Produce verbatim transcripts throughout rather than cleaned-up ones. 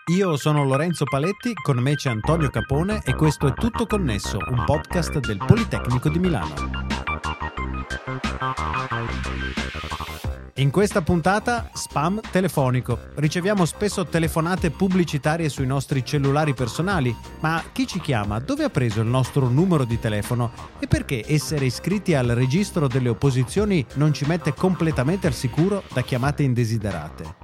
Io sono Lorenzo Paletti, con me c'è Antonio Capone e questo è Tutto Connesso, un podcast del Politecnico di Milano. In questa puntata, spam telefonico. Riceviamo spesso telefonate pubblicitarie sui nostri cellulari personali, ma chi ci chiama? Dove ha preso il nostro numero di telefono? E perché essere iscritti al registro delle opposizioni non ci mette completamente al sicuro da chiamate indesiderate?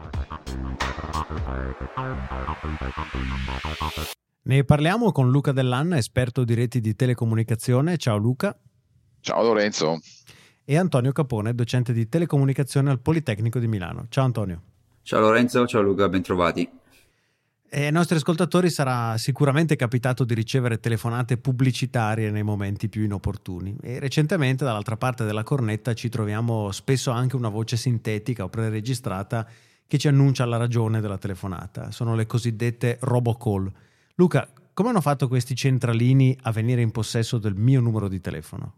Ne parliamo con Luca Dell'Anna, esperto di reti di telecomunicazione. Ciao Luca. Ciao Lorenzo. E Antonio Capone, docente di telecomunicazione al Politecnico di Milano. Ciao Antonio. Ciao Lorenzo, ciao Luca, bentrovati. E ai nostri ascoltatori sarà sicuramente capitato di ricevere telefonate pubblicitarie nei momenti più inopportuni. E recentemente dall'altra parte della cornetta ci troviamo spesso anche una voce sintetica o preregistrata che ci annuncia la ragione della telefonata. Sono le cosiddette robocall. Luca, come hanno fatto questi centralini a venire in possesso del mio numero di telefono?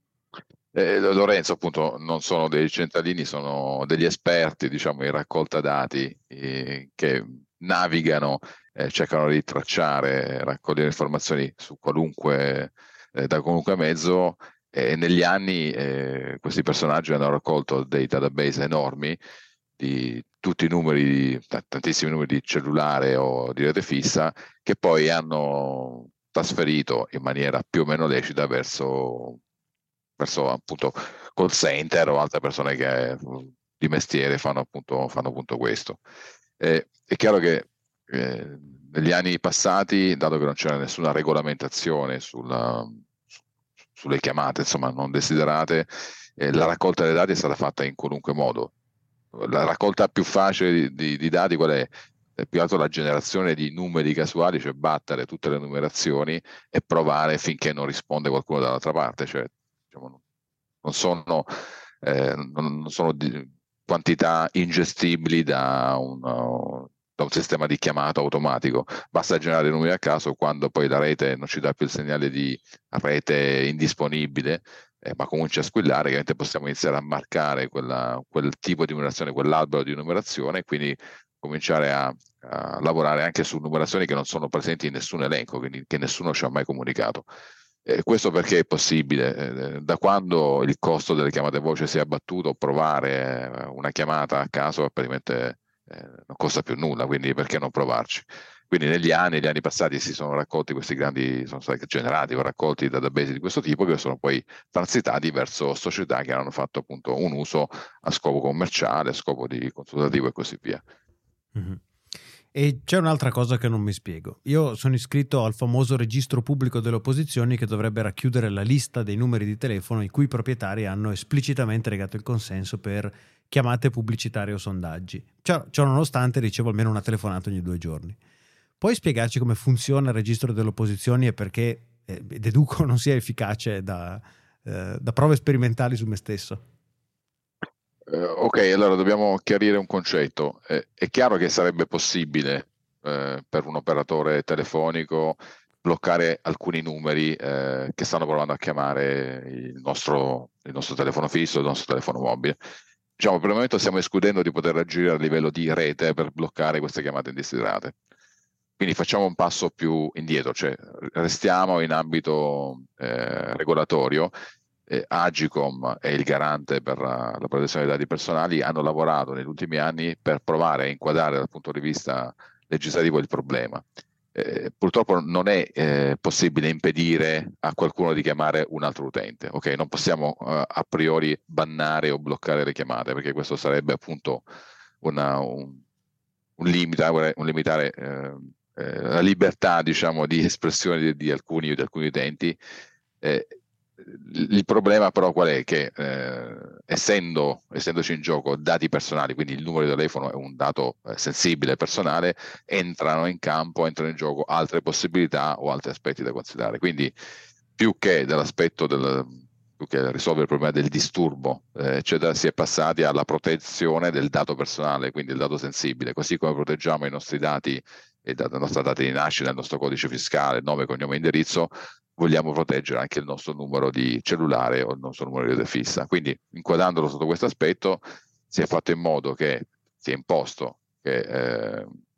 Eh, Lorenzo, appunto, non sono dei centralini, sono degli esperti, diciamo, in raccolta dati eh, che navigano, eh, cercano di tracciare, raccogliere informazioni su qualunque, eh, da qualunque mezzo. E negli anni eh, questi personaggi hanno raccolto dei database enormi di tutti i numeri, tantissimi numeri di cellulare o di rete fissa, che poi hanno trasferito in maniera più o meno lecita verso, verso appunto call center o altre persone che di mestiere fanno appunto, fanno appunto questo. Eh, è chiaro che eh, negli anni passati, dato che non c'era nessuna regolamentazione sulla, su, sulle chiamate, insomma, non desiderate, eh, la raccolta dei dati è stata fatta in qualunque modo. La raccolta più facile di, di, di dati qual è? È più altro la generazione di numeri casuali, cioè battere tutte le numerazioni e provare finché non risponde qualcuno dall'altra parte, cioè diciamo, non sono, eh, non sono di, quantità ingestibili da un, uh, da un sistema di chiamata automatico. Basta generare numeri a caso, quando poi la rete non ci dà più il segnale di rete indisponibile, Eh, ma comincia a squillare, chiaramente possiamo iniziare a marcare quella, quel tipo di numerazione, quell'albero di numerazione, e quindi cominciare a, a lavorare anche su numerazioni che non sono presenti in nessun elenco, quindi che nessuno ci ha mai comunicato. Eh, questo perché è possibile? Eh, da quando il costo delle chiamate voce si è abbattuto, provare eh, una chiamata a caso praticamente eh, non costa più nulla, quindi perché non provarci? Quindi negli anni, negli anni passati si sono raccolti questi grandi, sono stati generati o raccolti database di questo tipo che sono poi transitati verso società che hanno fatto appunto un uso a scopo commerciale, a scopo di consultativo e così via. Mm-hmm. E c'è un'altra cosa che non mi spiego. Io sono iscritto al famoso registro pubblico delle opposizioni che dovrebbe racchiudere la lista dei numeri di telefono i cui proprietari hanno esplicitamente negato il consenso per chiamate pubblicitarie o sondaggi. Ciò, ciò nonostante ricevo almeno una telefonata ogni due giorni. Puoi spiegarci come funziona il registro delle opposizioni e perché eh, deduco non sia efficace da, eh, da prove sperimentali su me stesso? Uh, ok, allora dobbiamo chiarire un concetto. Eh, è chiaro che sarebbe possibile eh, per un operatore telefonico bloccare alcuni numeri eh, che stanno provando a chiamare il nostro, il nostro telefono fisso, il nostro telefono mobile. Diciamo, per il momento stiamo escludendo di poter agire a livello di rete per bloccare queste chiamate indesiderate. Quindi facciamo un passo più indietro, cioè restiamo in ambito eh, regolatorio. Eh, Agicom e il garante per la, la protezione dei dati personali hanno lavorato negli ultimi anni per provare a inquadrare dal punto di vista legislativo il problema. Eh, purtroppo non è eh, possibile impedire a qualcuno di chiamare un altro utente, ok? Non possiamo uh, a priori bannare o bloccare le chiamate, perché questo sarebbe appunto una, un, un, limita, un limitare eh, eh, la libertà, diciamo, di espressione di, di, alcuni, di alcuni utenti. Eh, il problema però qual è? Che eh, essendo, essendoci in gioco dati personali, quindi il numero di telefono è un dato eh, sensibile, personale, entrano in campo, entrano in gioco altre possibilità o altri aspetti da considerare. Quindi più che dell'aspetto del, più che risolvere il problema del disturbo, eh, eccetera, si è passati alla protezione del dato personale, quindi il dato sensibile, così come proteggiamo i nostri dati, e la nostra data di nascita, il nostro codice fiscale, nome, cognome e indirizzo, vogliamo proteggere anche il nostro numero di cellulare o il nostro numero di rete fissa. Quindi, inquadrandolo sotto questo aspetto, si è fatto in modo che si è imposto che eh,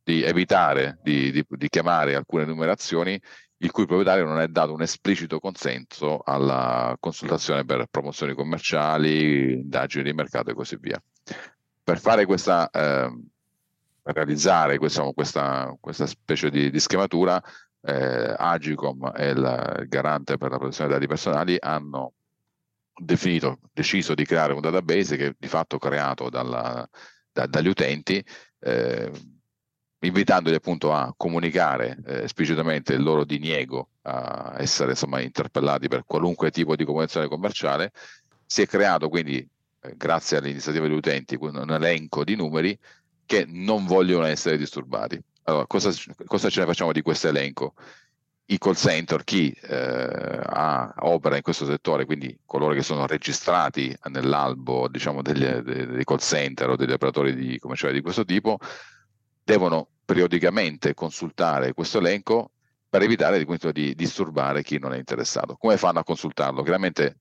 di evitare di, di, di chiamare alcune numerazioni il cui proprietario non è dato un esplicito consenso alla consultazione per promozioni commerciali, indagini di mercato e così via. Per fare questa, eh, per realizzare questa, questa, questa specie di, di schematura, eh, Agicom e il, il garante per la protezione dei dati personali hanno definito, deciso di creare un database che di fatto creato dalla, da, dagli utenti, eh, invitandoli appunto a comunicare eh, esplicitamente il loro diniego a essere insomma interpellati per qualunque tipo di comunicazione commerciale. Si è creato quindi, eh, grazie all'iniziativa degli utenti, un elenco di numeri che non vogliono essere disturbati. Allora, cosa, cosa ce ne facciamo di questo elenco? I call center, chi eh, ha, opera in questo settore, quindi coloro che sono registrati nell'albo, diciamo, degli, dei call center o degli operatori di commerciali di questo tipo, devono periodicamente consultare questo elenco per evitare di, di disturbare chi non è interessato. Come fanno a consultarlo? Chiaramente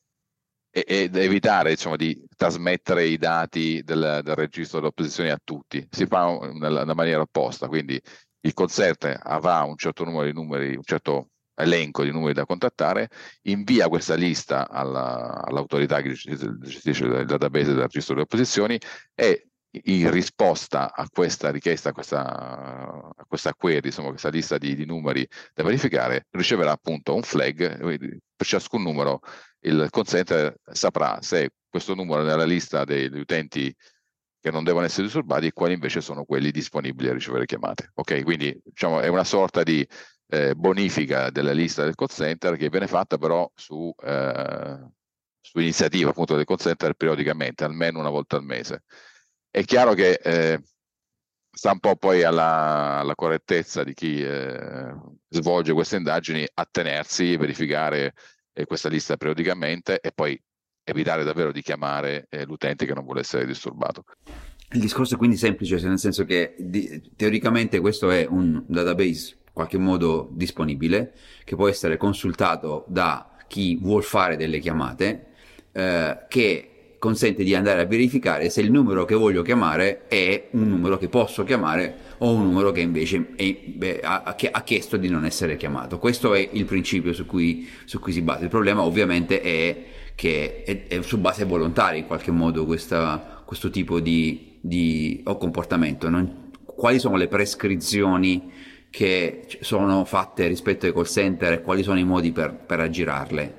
ed evitare insomma, di trasmettere i dati del, del registro delle opposizioni a tutti. Si fa nella, nella maniera opposta, quindi il call center avrà un certo numero di numeri, un certo elenco di numeri da contattare, invia questa lista alla, all'autorità che gestisce il database del registro delle opposizioni e in risposta a questa richiesta, a questa, a questa query, insomma, questa lista di, di numeri da verificare, riceverà appunto un flag. Per ciascun numero il call center saprà se questo numero è nella lista degli utenti che non devono essere disturbati e quali invece sono quelli disponibili a ricevere chiamate. Ok, quindi diciamo è una sorta di eh, bonifica della lista del call center che viene fatta però su, eh, su iniziativa appunto del call center periodicamente, almeno una volta al mese. È chiaro che eh, sta un po' poi alla, alla correttezza di chi eh, svolge queste indagini attenersi, verificare eh, questa lista periodicamente e poi evitare davvero di chiamare eh, l'utente che non vuole essere disturbato. Il discorso è quindi semplice, nel senso che di, teoricamente questo è un database in qualche modo disponibile, che può essere consultato da chi vuol fare delle chiamate, eh, che consente di andare a verificare se il numero che voglio chiamare è un numero che posso chiamare o un numero che invece è, beh, ha, ha chiesto di non essere chiamato. Questo è il principio su cui, su cui si basa. Il problema ovviamente è che è, è su base volontaria in qualche modo questa, questo tipo di, di o comportamento. Non, quali sono le prescrizioni che sono fatte rispetto ai call center e quali sono i modi per, per aggirarle?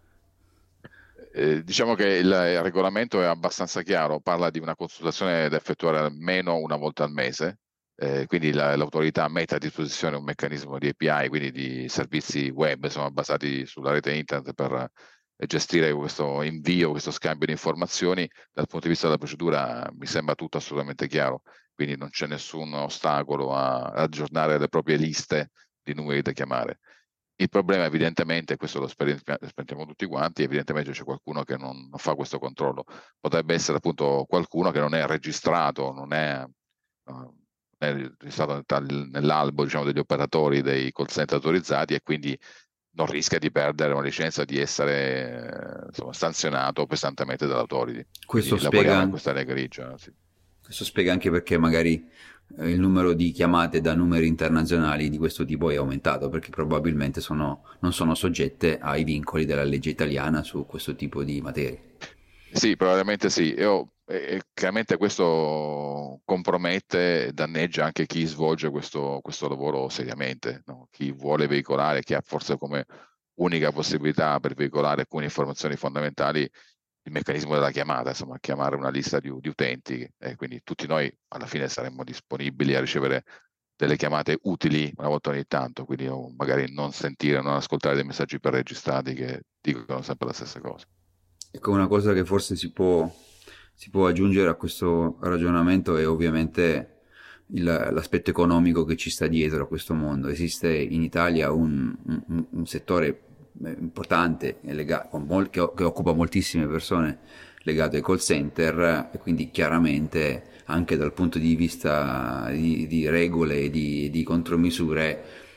Eh, diciamo che il, il regolamento è abbastanza chiaro, parla di una consultazione da effettuare almeno una volta al mese, eh, quindi la, l'autorità mette a disposizione un meccanismo di A P I, quindi di servizi web insomma, basati sulla rete internet per eh, gestire questo invio, questo scambio di informazioni. Dal punto di vista della procedura mi sembra tutto assolutamente chiaro, quindi non c'è nessun ostacolo a, a aggiornare le proprie liste di numeri da chiamare. Il problema evidentemente, questo lo sperimentiamo tutti quanti, evidentemente c'è qualcuno che non, non fa questo controllo. Potrebbe essere appunto qualcuno che non è registrato, non è, uh, non è registrato nell'albo diciamo, degli operatori dei call center autorizzati e quindi non rischia di perdere una licenza, di essere insomma, sanzionato pesantemente dall'autority. Questo quindi spiega, in questa area grigia. Sì. Questo spiega anche perché magari il numero di chiamate da numeri internazionali di questo tipo è aumentato, perché probabilmente sono, non sono soggette ai vincoli della legge italiana su questo tipo di materie. Sì, probabilmente sì. Io, eh, chiaramente questo compromette e danneggia anche chi svolge questo, questo lavoro seriamente, no? Chi vuole veicolare, chi ha forse come unica possibilità per veicolare alcune informazioni fondamentali il meccanismo della chiamata, insomma, chiamare una lista di, di utenti e quindi tutti noi alla fine saremmo disponibili a ricevere delle chiamate utili una volta ogni tanto, quindi magari non sentire, non ascoltare dei messaggi preregistrati che dicono sempre la stessa cosa. Ecco, una cosa che forse si può, si può aggiungere a questo ragionamento è ovviamente il, l'aspetto economico che ci sta dietro a questo mondo. Esiste in Italia un, un, un settore importante legato, che, che occupa moltissime persone legato ai call center e quindi chiaramente anche dal punto di vista di, di regole e di, di contromisure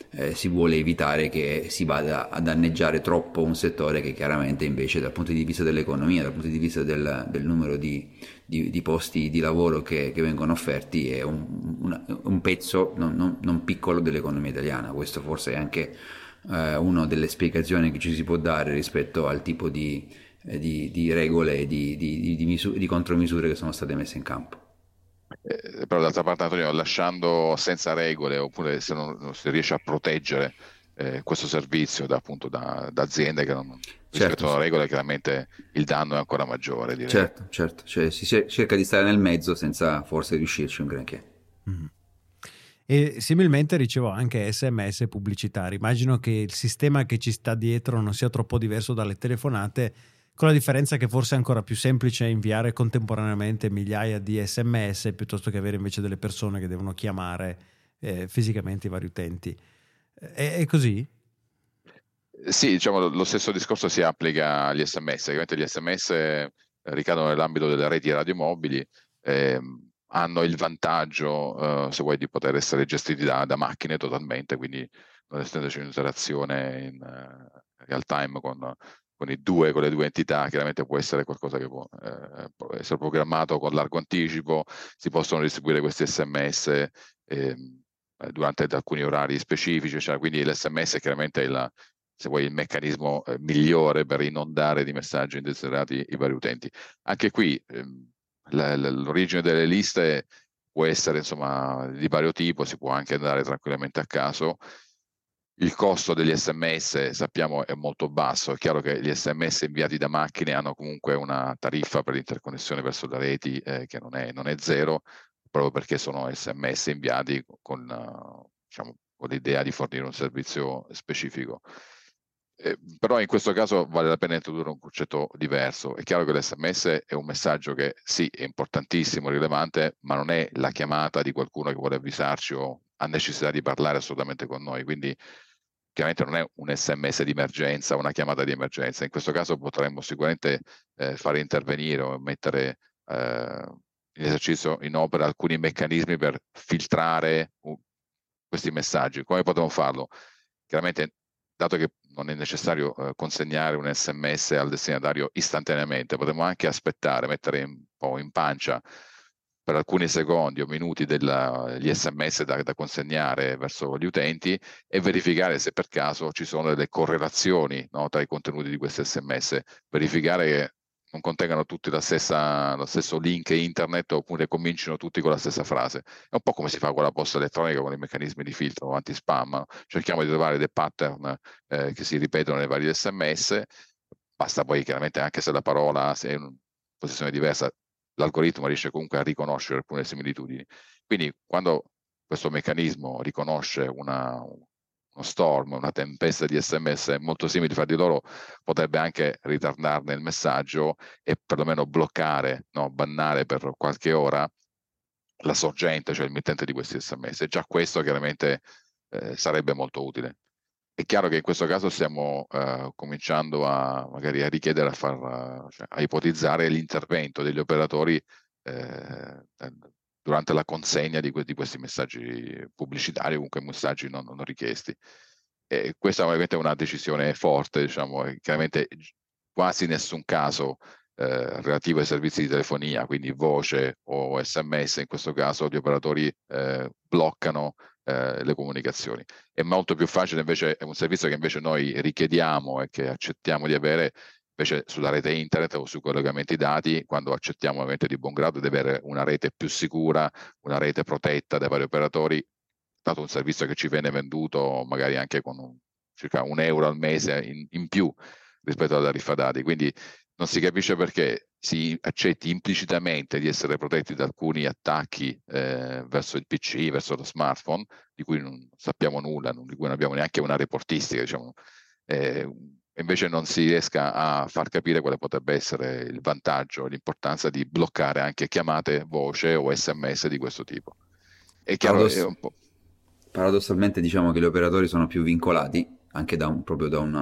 eh, si vuole evitare che si vada a danneggiare troppo un settore che chiaramente invece dal punto di vista dell'economia, dal punto di vista del, del numero di, di, di posti di lavoro che, che vengono offerti è un, una, un pezzo non, non, non piccolo dell'economia italiana. Questo forse è anche eh, una delle spiegazioni che ci si può dare rispetto al tipo di, eh, di, di regole e di, di, di, di, misure, di contromisure che sono state messe in campo. Eh, però d'altra parte, Antonio, lasciando senza regole, oppure se non, non si riesce a proteggere eh, questo servizio da, appunto, da, da aziende che non rispettano Certo, le regole, chiaramente il danno è ancora maggiore, direi. certo, certo, cioè, si cerca di stare nel mezzo senza forse riuscirci un granché. Mm. E similmente ricevo anche sms pubblicitari. Immagino che il sistema che ci sta dietro non sia troppo diverso dalle telefonate, con la differenza che forse è ancora più semplice inviare contemporaneamente migliaia di sms piuttosto che avere invece delle persone che devono chiamare eh, fisicamente i vari utenti. È, è così? Sì, diciamo, lo stesso discorso si applica agli sms. Ovviamente gli sms eh, ricadono nell'ambito delle reti radiomobili, eh, hanno il vantaggio, eh, se vuoi, di poter essere gestiti da, da macchine totalmente, quindi non essendoci un'interazione in uh, real time con, con, i due, con le due entità, chiaramente può essere qualcosa che può, eh, può essere programmato con largo anticipo, si possono distribuire questi sms eh, durante alcuni orari specifici, cioè, quindi l'esse emme esse è chiaramente il, se vuoi, il meccanismo eh, migliore per inondare di messaggi indesiderati i vari utenti. Anche qui ehm, la, la, l'origine delle liste può essere insomma di vario tipo, si può anche andare tranquillamente a caso. Il costo degli esse emme esse sappiamo è molto basso, è chiaro che gli esse emme esse inviati da macchine hanno comunque una tariffa per l'interconnessione verso le reti eh, che non è, non è zero, proprio perché sono esse emme esse inviati con, uh, diciamo, con l'idea di fornire un servizio specifico. Eh, però in questo caso vale la pena introdurre un concetto diverso. È chiaro che l'esse emme esse è un messaggio che sì, è importantissimo, rilevante, ma non è la chiamata di qualcuno che vuole avvisarci o ha necessità di parlare assolutamente con noi. Quindi chiaramente non è un esse emme esse di emergenza, una chiamata di emergenza. In questo caso potremmo sicuramente eh, fare intervenire o mettere eh, in esercizio, in opera, alcuni meccanismi per filtrare uh, questi messaggi. Come potremmo farlo? Chiaramente, dato che non è necessario eh, consegnare un esse emme esse al destinatario istantaneamente, potremmo anche aspettare, mettere un po' in pancia per alcuni secondi o minuti degli esse emme esse da, da consegnare verso gli utenti e verificare se per caso ci sono delle correlazioni, no, tra i contenuti di questi esse emme esse, verificare che non contengano tutti la stessa, lo stesso link internet oppure comincino tutti con la stessa frase. È un po' come si fa con la posta elettronica, con i meccanismi di filtro anti-spam, no? Cerchiamo di trovare dei pattern eh, che si ripetono nei vari esse emme esse, basta poi chiaramente, anche se la parola è in posizione diversa, l'algoritmo riesce comunque a riconoscere alcune similitudini. Quindi quando questo meccanismo riconosce una, uno storm, una tempesta di esse emme esse molto simili fra di loro, potrebbe anche ritardarne il messaggio e perlomeno bloccare, no, bannare per qualche ora la sorgente, cioè il mittente di questi esse emme esse. Già questo chiaramente eh, sarebbe molto utile. È chiaro che in questo caso stiamo uh, cominciando a magari a richiedere, a, far, uh, cioè, a ipotizzare l'intervento degli operatori eh, durante la consegna di, que- di questi messaggi pubblicitari, comunque messaggi non, non richiesti. E questa ovviamente è una decisione forte, diciamo, e chiaramente quasi nessun caso eh, relativo ai servizi di telefonia, quindi voce o esse emme esse, in questo caso gli operatori eh, bloccano eh, le comunicazioni. È molto più facile invece, è un servizio che invece noi richiediamo e che accettiamo di avere invece sulla rete internet o sui collegamenti dati, quando accettiamo ovviamente di buon grado di avere una rete più sicura, una rete protetta dai vari operatori, dato un servizio che ci viene venduto magari anche con un, circa un euro al mese in, in più rispetto alla tariffa dati. Quindi non si capisce perché si accetti implicitamente di essere protetti da alcuni attacchi eh, verso il pi ci, verso lo smartphone, di cui non sappiamo nulla, di cui non abbiamo neanche una reportistica, diciamo, eh, invece non si riesca a far capire quale potrebbe essere il vantaggio e l'importanza di bloccare anche chiamate voce o esse emme esse di questo tipo. È chiaro, Paradoss- è un po'... Paradossalmente diciamo che gli operatori sono più vincolati anche da un, proprio da una,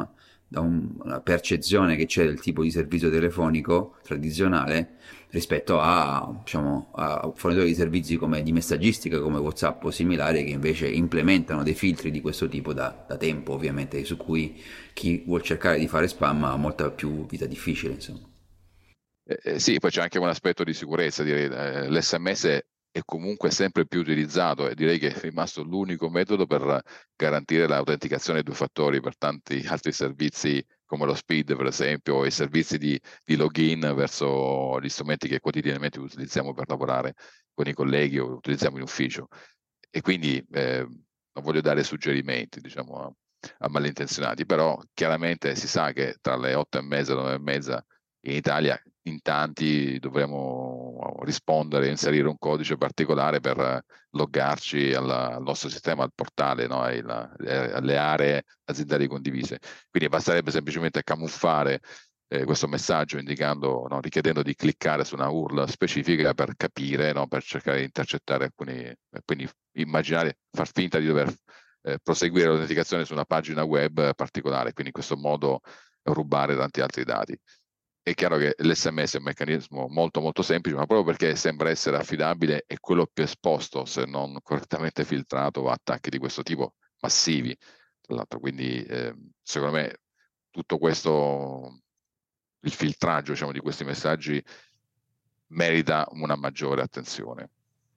da un- una percezione che c'è del tipo di servizio telefonico tradizionale rispetto a, diciamo, a fornitori di servizi come di messaggistica come WhatsApp o similari, che invece implementano dei filtri di questo tipo da, da tempo, ovviamente, su cui chi vuol cercare di fare spam ha molta più vita difficile, insomma. Eh, eh, sì, poi c'è anche un aspetto di sicurezza, direi. Eh, l'S M S è comunque sempre più utilizzato e direi che è rimasto l'unico metodo per garantire l'autenticazione a due fattori per tanti altri servizi come lo SPID, per esempio, o i servizi di, di login verso gli strumenti che quotidianamente utilizziamo per lavorare con i colleghi o utilizziamo in ufficio. E quindi eh, non voglio dare suggerimenti, diciamo, a, a malintenzionati, però chiaramente si sa che tra le otto e mezza e le nove e mezza in Italia in tanti dovremo rispondere, inserire un codice particolare per loggarci alla, al nostro sistema, al portale, no? Ai, la, alle aree aziendali condivise. Quindi basterebbe semplicemente camuffare eh, questo messaggio indicando, no? Richiedendo di cliccare su una U R L specifica per capire, no? Per cercare di intercettare alcuni, quindi immaginare, far finta di dover eh, proseguire l'autenticazione su una pagina web particolare, quindi in questo modo rubare tanti altri dati. È chiaro che l'S M S è un meccanismo molto molto semplice, ma proprio perché sembra essere affidabile è quello più esposto, se non correttamente filtrato, a attacchi di questo tipo massivi. Tra l'altro, quindi eh, secondo me tutto questo, il filtraggio, diciamo, di questi messaggi merita una maggiore attenzione.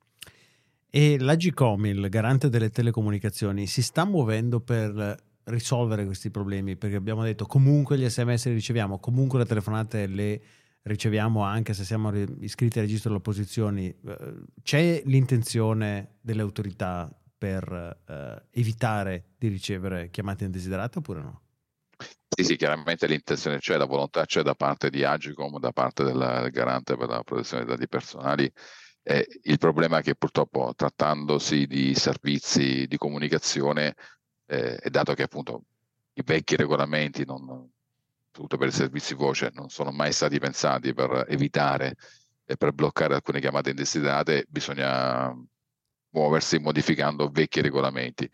E l'Agcom, il garante delle telecomunicazioni, si sta muovendo per risolvere questi problemi? Perché abbiamo detto comunque gli sms li riceviamo, comunque le telefonate le riceviamo anche se siamo iscritti al registro delle opposizioni. C'è l'intenzione delle autorità per eh, evitare di ricevere chiamate indesiderate oppure no? Sì, sì, chiaramente l'intenzione c'è, la volontà c'è da parte di Agcom, da parte del, del garante per la protezione dei dati personali. Eh, il problema è che purtroppo, trattandosi di servizi di comunicazione, eh, e dato che appunto i vecchi regolamenti, non, soprattutto per i servizi voce, non sono mai stati pensati per evitare e per bloccare alcune chiamate indesiderate, bisogna muoversi modificando vecchi regolamenti.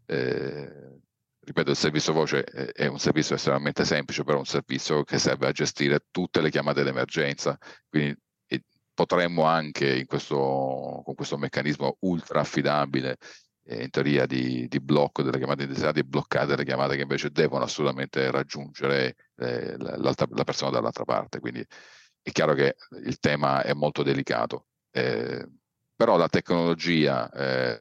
Eh, ripeto, il servizio voce è un servizio estremamente semplice, però è un servizio che serve a gestire tutte le chiamate d'emergenza, quindi potremmo anche in questo, con questo meccanismo ultra affidabile, eh, in teoria di, di blocco delle chiamate indesiderate, bloccare le chiamate che invece devono assolutamente raggiungere eh, la persona dall'altra parte. Quindi è chiaro che il tema è molto delicato, eh, però la tecnologia eh,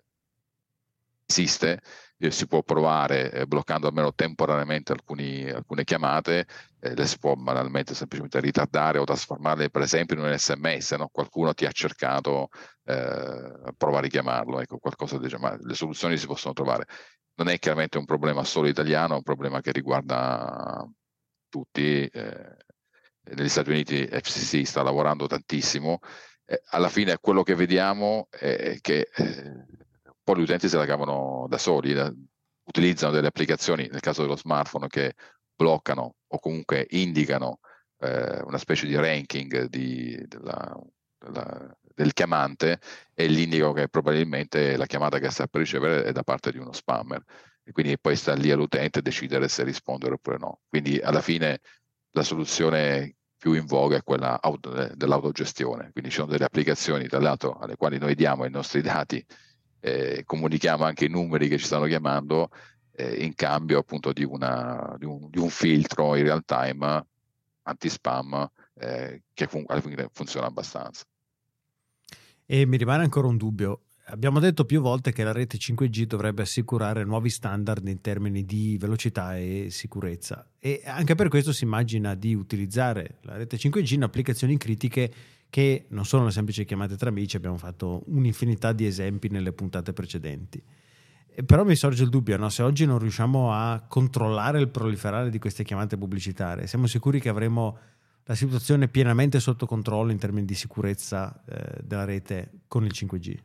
esiste, eh, si può provare eh, bloccando almeno temporaneamente alcuni, alcune chiamate, eh, le si può banalmente semplicemente ritardare o trasformarle per esempio in un S M S, no? Qualcuno ti ha cercato, eh, prova a richiamarlo, ecco, qualcosa del genere, ma le soluzioni si possono trovare. Non è chiaramente un problema solo italiano, è un problema che riguarda tutti. Eh, negli Stati Uniti F C C sta lavorando tantissimo. Eh, alla fine quello che vediamo è che eh, un po' gli utenti se la cavano da soli, da, utilizzano delle applicazioni, nel caso dello smartphone, che bloccano o comunque indicano eh, una specie di ranking di, della, della, del chiamante e gli indicano che probabilmente la chiamata che sta per ricevere è da parte di uno spammer, e quindi poi sta lì all'utente decidere se rispondere oppure no. Quindi alla fine la soluzione più in voga è quella auto, dell'autogestione, quindi ci sono delle applicazioni tra l'altro alle quali noi diamo i nostri dati, eh, comunichiamo anche i numeri che ci stanno chiamando, eh, in cambio appunto di, una, di, un, di un filtro in real time anti-spam eh, che fun- alla fine funziona abbastanza. E mi rimane ancora un dubbio. Abbiamo detto più volte che la rete cinque G dovrebbe assicurare nuovi standard in termini di velocità e sicurezza, e anche per questo si immagina di utilizzare la rete cinque G in applicazioni critiche che non sono le semplici chiamate tra amici. Abbiamo fatto un'infinità di esempi nelle puntate precedenti. E però mi sorge il dubbio, no? Se oggi non riusciamo a controllare il proliferare di queste chiamate pubblicitarie, siamo sicuri che avremo la situazione pienamente sotto controllo in termini di sicurezza eh, della rete con il cinque G?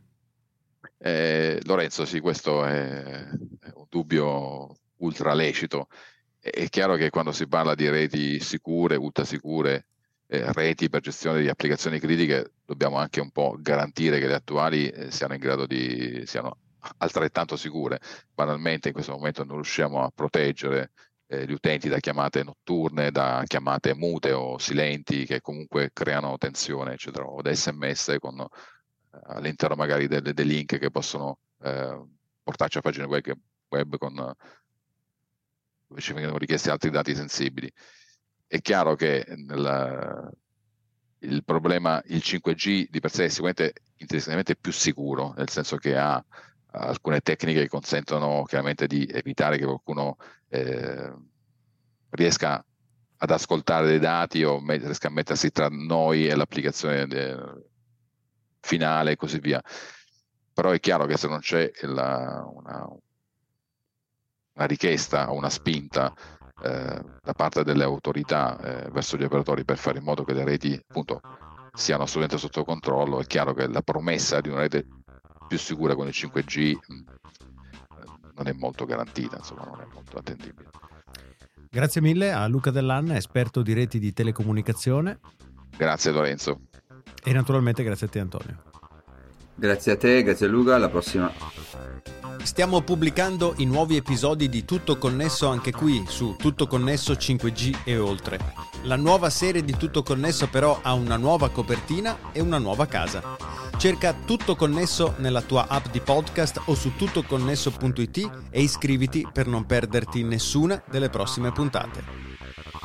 Eh, Lorenzo, sì, questo è, è un dubbio ultra lecito. È chiaro che quando si parla di reti sicure, ultra sicure, eh, reti per gestione di applicazioni critiche, dobbiamo anche un po' garantire che le attuali eh, siano in grado di siano altrettanto sicure. Banalmente in questo momento non riusciamo a proteggere eh, gli utenti da chiamate notturne, da chiamate mute o silenti che comunque creano tensione, eccetera, o da sms con eh, all'interno magari dei, dei link che possono eh, portarci a pagine web, web con dove ci vengono richiesti altri dati sensibili. È chiaro che nel, il problema, il cinque G di per sé è sicuramente intrinsecamente più sicuro, nel senso che ha alcune tecniche che consentono chiaramente di evitare che qualcuno eh, riesca ad ascoltare dei dati o met- riesca a mettersi tra noi e l'applicazione de- finale e così via. Però è chiaro che se non c'è la, una, una richiesta o una spinta eh, da parte delle autorità eh, verso gli operatori per fare in modo che le reti appunto siano assolutamente sotto controllo, è chiaro che la promessa di una rete più sicura con il cinque G mh, non è molto garantita, insomma non è molto attendibile. Grazie mille a Luca Dell'Anna, esperto di reti di telecomunicazione. Grazie Lorenzo. E naturalmente grazie a te Antonio. Grazie a te, grazie a Luca, alla prossima. Stiamo pubblicando i nuovi episodi di Tutto Connesso anche qui su Tutto Connesso cinque G e oltre. La nuova serie di Tutto Connesso però ha una nuova copertina e una nuova casa. Cerca Tutto Connesso nella tua app di podcast o su tuttoconnesso punto it e iscriviti per non perderti nessuna delle prossime puntate.